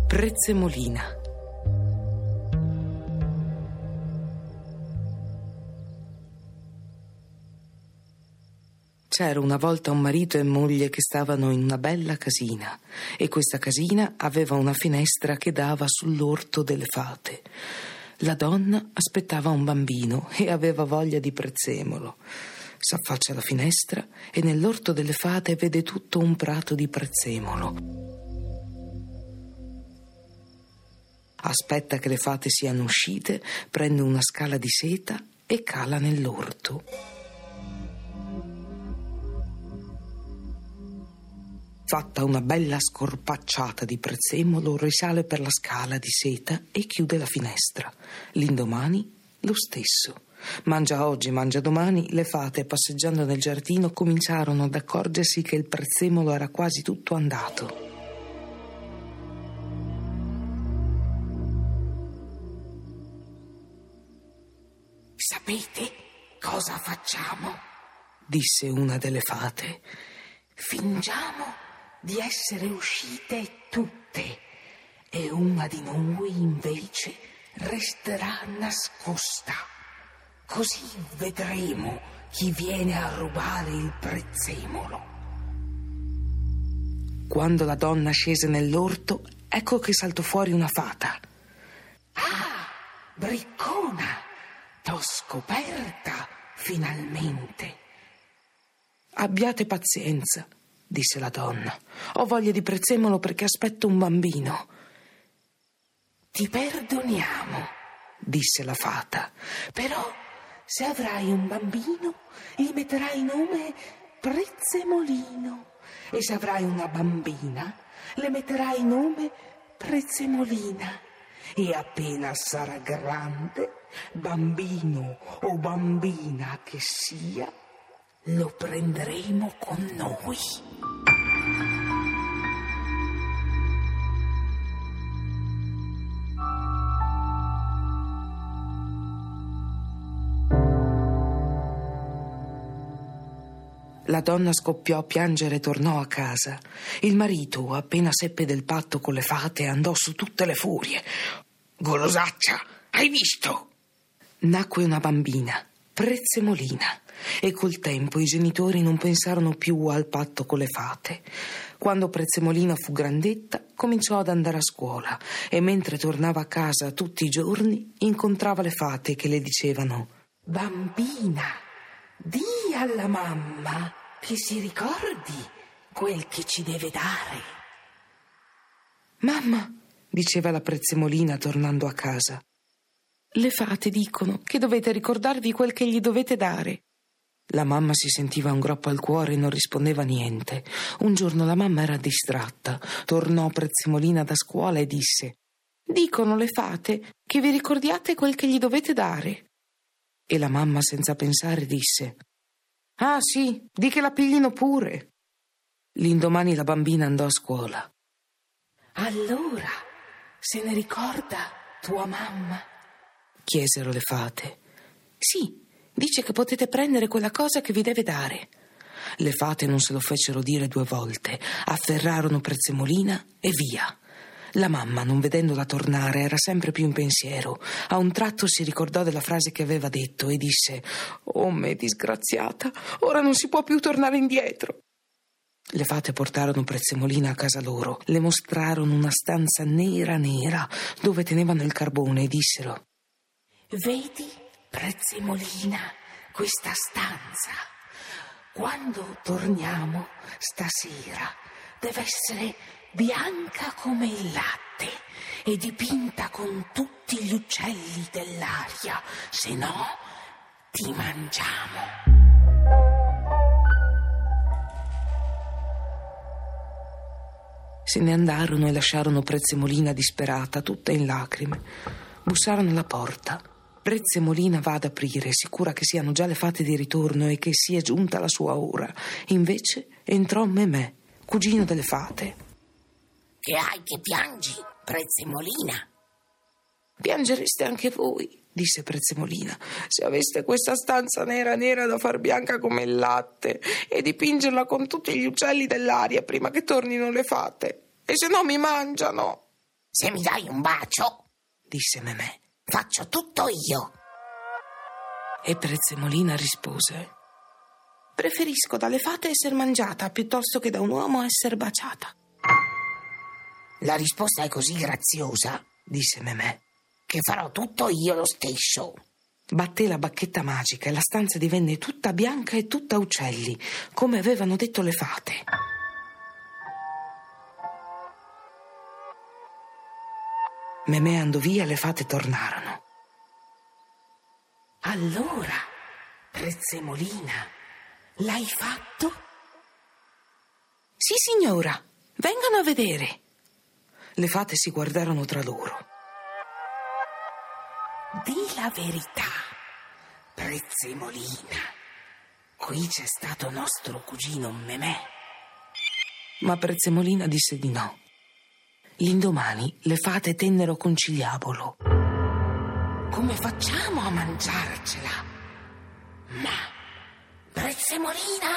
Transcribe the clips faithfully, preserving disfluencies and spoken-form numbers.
Prezzemolina. C'era una volta un marito e moglie che stavano in una bella casina, e questa casina aveva una finestra che dava sull'orto delle fate. La donna aspettava un bambino e aveva voglia di prezzemolo. S'affaccia alla finestra e nell'orto delle fate vede tutto un prato di prezzemolo. Aspetta che le fate siano uscite, prende una scala di seta e cala nell'orto. Fatta una bella scorpacciata di prezzemolo, risale per la scala di seta e chiude la finestra. L'indomani lo stesso. Mangia oggi, mangia domani. Le fate, passeggiando nel giardino, cominciarono ad accorgersi che il prezzemolo era quasi tutto andato. Sapete cosa facciamo? Disse una delle fate. Fingiamo di essere uscite tutte e una di noi invece resterà nascosta. Così vedremo chi viene a rubare il prezzemolo. Quando la donna scese nell'orto, ecco che saltò fuori una fata. Ah, briccona, t'ho scoperta finalmente. Abbiate pazienza, disse la donna. Ho voglia di prezzemolo perché aspetto un bambino. Ti perdoniamo, disse la fata. Però se avrai un bambino gli metterai nome Prezzemolino, e se avrai una bambina le metterai nome Prezzemolina, e appena sarà grande, bambino o bambina che sia, lo prenderemo con noi. La donna scoppiò a piangere e tornò a casa. Il marito, appena seppe del patto con le fate, andò su tutte le furie. Golosaccia, hai visto? Nacque una bambina, Prezzemolina, e col tempo i genitori non pensarono più al patto con le fate. Quando Prezzemolina fu grandetta, cominciò ad andare a scuola e mentre tornava a casa tutti i giorni incontrava le fate che le dicevano: Bambina, di alla mamma che si ricordi quel che ci deve dare. Mamma, diceva la Prezzemolina tornando a casa, le fate dicono che dovete ricordarvi quel che gli dovete dare. La mamma si sentiva un groppo al cuore e non rispondeva niente. Un giorno la mamma era distratta. Tornò Prezzemolina da scuola e disse: dicono le fate che vi ricordiate quel che gli dovete dare. E la mamma, senza pensare, disse: ah sì, di che la piglino pure. L'indomani la bambina andò a scuola. Allora, se ne ricorda tua mamma? Chiesero le fate. Sì, dice che potete prendere quella cosa che vi deve dare. Le fate non se lo fecero dire due volte, afferrarono Prezzemolina e via. La mamma, non vedendola tornare, era sempre più in pensiero. A un tratto si ricordò della frase che aveva detto e disse: oh me disgraziata, ora non si può più tornare indietro. Le fate portarono Prezzemolina a casa loro, le mostrarono una stanza nera nera dove tenevano il carbone e dissero: vedi, Prezzemolina, questa stanza. Quando torniamo stasera deve essere bianca come il latte e dipinta con tutti gli uccelli dell'aria, se no ti mangiamo. Se ne andarono e lasciarono Prezzemolina disperata, tutta in lacrime. Bussarono alla porta. Prezzemolina va ad aprire, sicura che siano già le fate di ritorno e che sia giunta la sua ora. Invece entrò Memè, cugino delle fate. Che hai che piangi, Prezzemolina? Piangereste anche voi, disse Prezzemolina, se aveste questa stanza nera nera da far bianca come il latte e dipingerla con tutti gli uccelli dell'aria prima che tornino le fate, e se no mi mangiano. Se mi dai un bacio, disse Memè, faccio tutto io. e Prezzemolina rispose: preferisco dalle fate essere mangiata piuttosto che da un uomo essere baciata. La risposta è così graziosa, disse Memè, che farò tutto io lo stesso. batté la bacchetta magica e la stanza divenne tutta bianca e tutta uccelli, come avevano detto le fate. Memè andò via, le fate tornarono. Allora, Prezzemolina, l'hai fatto? Sì, signora, vengano a vedere. Le fate si guardarono tra loro. Di la verità, Prezzemolina. Qui c'è stato nostro cugino Memè. Ma Prezzemolina disse di no. L'indomani le fate tennero conciliabolo. Come facciamo a mangiarcela? Ma, Prezzemolina,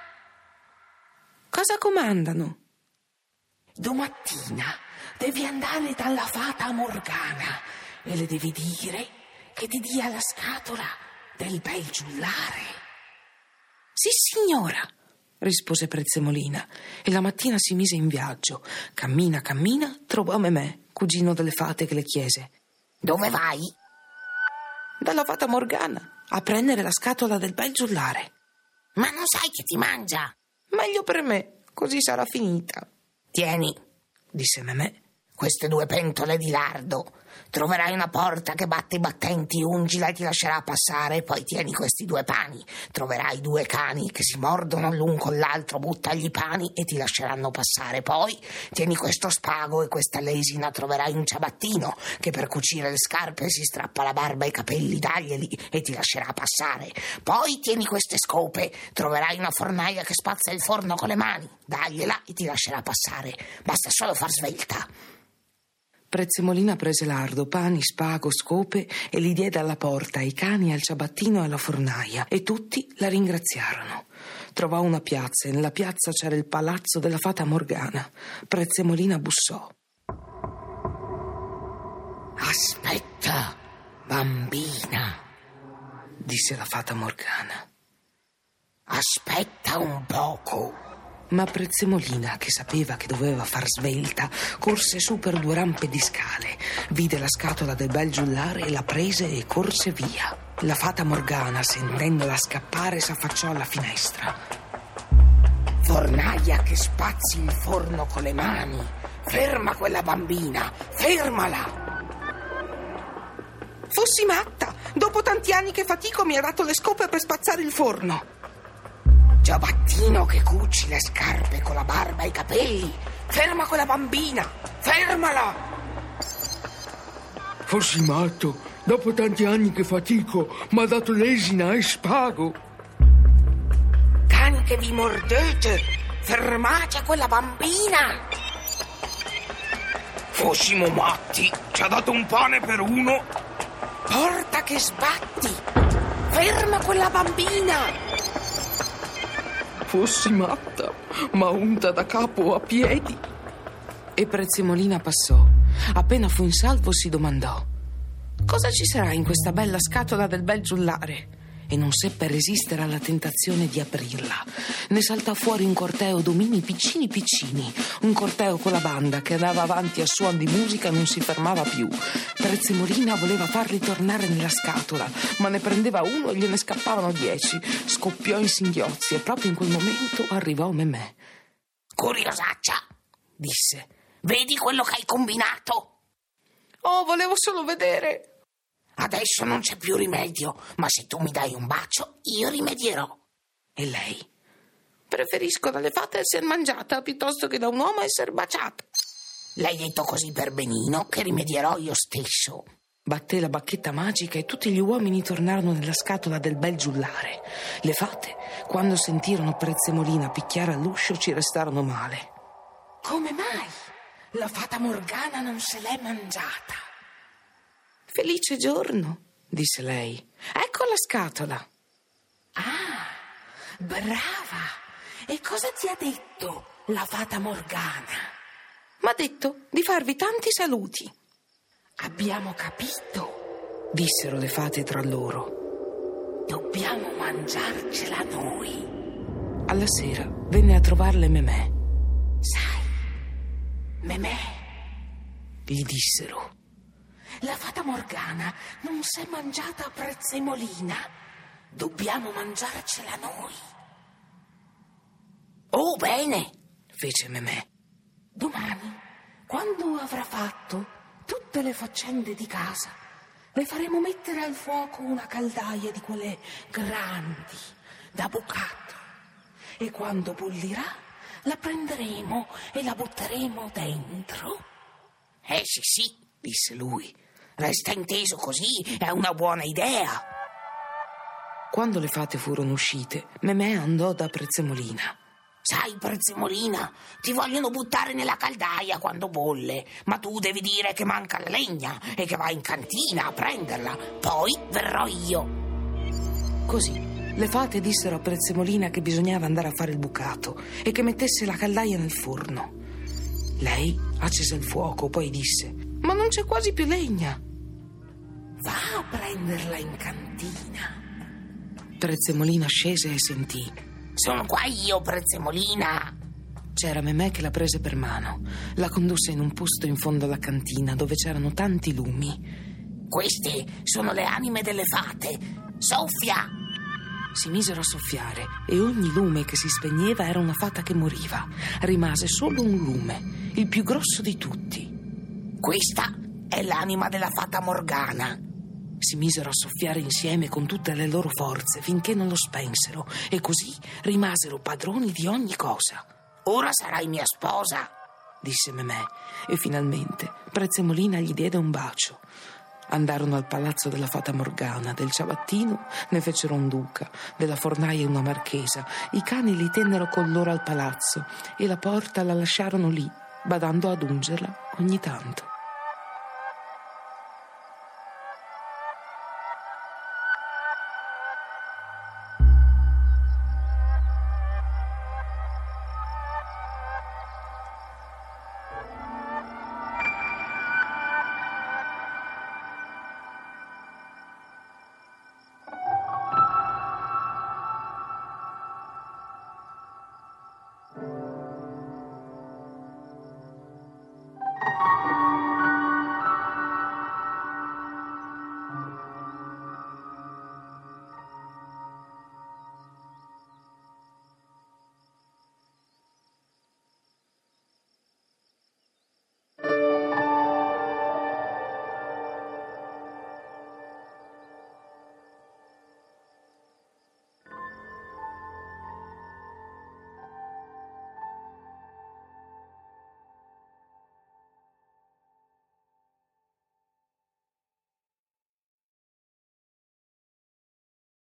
Cosa comandano? domattina devi andare dalla fata Morgana e le devi dire che ti dia la scatola del bel giullare. Sì, signora, rispose Prezzemolina, e la mattina si mise in viaggio. Cammina, cammina, trovò Memè, cugino delle fate, che le chiese: Dove vai? dalla fata Morgana a prendere la scatola del bel giullare. Ma non sai che ti mangia? Meglio per me, così sarà finita, Tieni disse Memè. queste due pentole di lardo. Troverai una porta che batte i battenti, ungila e ti lascerà passare. Poi tieni questi due pani. Troverai due cani che si mordono l'un con l'altro, buttagli i pani e ti lasceranno passare. Poi tieni questo spago e questa lesina. Troverai un ciabattino che per cucire le scarpe si strappa la barba e i capelli, daglieli e ti lascerà passare. Poi tieni queste scope. Troverai una fornaia che spazza il forno con le mani, dagliela e ti lascerà passare. Basta solo far svelta. Prezzemolina prese lardo, pani, spago, scope e li diede alla porta, ai cani, al ciabattino e alla fornaia, e tutti la ringraziarono. Trovò una piazza e nella piazza c'era il palazzo della fata Morgana. Prezzemolina bussò. Aspetta, bambina, Disse la fata Morgana. aspetta un poco. Ma Prezzemolina, che sapeva che doveva far svelta, corse su per due rampe di scale, vide la scatola del bel giullare e la prese e corse via. La fata Morgana, sentendola scappare, s'affacciò alla finestra. Fornaia che spazzi il forno con le mani. Ferma quella bambina, fermala. Fossi matta! Dopo tanti anni che fatico mi ha dato le scope per spazzare il forno. Ciabattino che cuci le scarpe con la barba e i capelli. Ferma quella bambina, fermala. Fossi matto, dopo tanti anni che fatico, m'ha dato lesina e spago. Cani che vi mordete, fermate quella bambina. Fossimo matti, ci ha dato un pane per uno. Porta che sbatti, ferma quella bambina. Fossi matta, ma unta da capo a piedi. E Prezzemolina passò. Appena fu in salvo si domandò: cosa ci sarà in questa bella scatola del bel giullare? E non seppe resistere alla tentazione di aprirla. Ne saltò fuori un corteo d'omini piccini piccini, un corteo con la banda che andava avanti a suon di musica e non si fermava più. Prezzemolina voleva farli tornare nella scatola, ma ne prendeva uno e gliene scappavano dieci. Scoppiò in singhiozzi e proprio in quel momento arrivò Memè. Curiosaccia, disse, vedi quello che hai combinato? Oh, volevo solo vedere. Adesso non c'è più rimedio, ma se tu mi dai un bacio, io rimedierò. E lei? Preferisco dalle fate essere mangiata piuttosto che da un uomo essere baciata. L'hai detto così per benino che rimedierò io stesso. Batté la bacchetta magica e tutti gli uomini tornarono nella scatola del bel giullare. Le fate, quando sentirono Prezzemolina picchiare all'uscio, ci restarono male. Come mai la fata Morgana non se l'è mangiata? Felice giorno, disse lei. Ecco la scatola. Ah, brava! E cosa ti ha detto la fata Morgana? M'ha detto di farvi tanti saluti. Abbiamo capito, dissero le fate tra loro. Dobbiamo mangiarcela noi. Alla sera venne a trovarle Memè. Sai, Memè, gli dissero, la fata Morgana non si è mangiata prezzemolina. Dobbiamo mangiarcela noi. Oh, bene, fece Memè. Domani, quando avrà fatto tutte le faccende di casa, le faremo mettere al fuoco una caldaia di quelle grandi, da bucato. E quando bollirà, la prenderemo e la butteremo dentro. Eh sì sì, disse lui. Resta inteso così, è una buona idea. Quando le fate furono uscite, Memè andò da Prezzemolina. Sai, Prezzemolina, ti vogliono buttare nella caldaia quando bolle, ma tu devi dire che manca la legna e che vai in cantina a prenderla. Poi verrò io. Così le fate dissero a Prezzemolina che bisognava andare a fare il bucato e che mettesse la caldaia nel forno. Lei accese il fuoco, poi disse: ma non c'è quasi più legna. Va a prenderla in cantina. Prezzemolina scese e sentì. Sono qua io, Prezzemolina. C'era Memè che la prese per mano, la condusse in un posto in fondo alla cantina dove c'erano tanti lumi. Queste sono le anime delle fate. Soffia! Si misero a soffiare e ogni lume che si spegneva era una fata che moriva. Rimase solo un lume, il più grosso di tutti. Questa è l'anima della fata Morgana. Si misero a soffiare insieme con tutte le loro forze finché non lo spensero e così rimasero padroni di ogni cosa. Ora sarai mia sposa, disse Memè, e finalmente Prezzemolina gli diede un bacio. Andarono al palazzo della fata Morgana. Del ciabattino ne fecero un duca, della fornaia una marchesa. I cani li tennero con loro al palazzo e la porta la lasciarono lì, badando ad ungerla ogni tanto.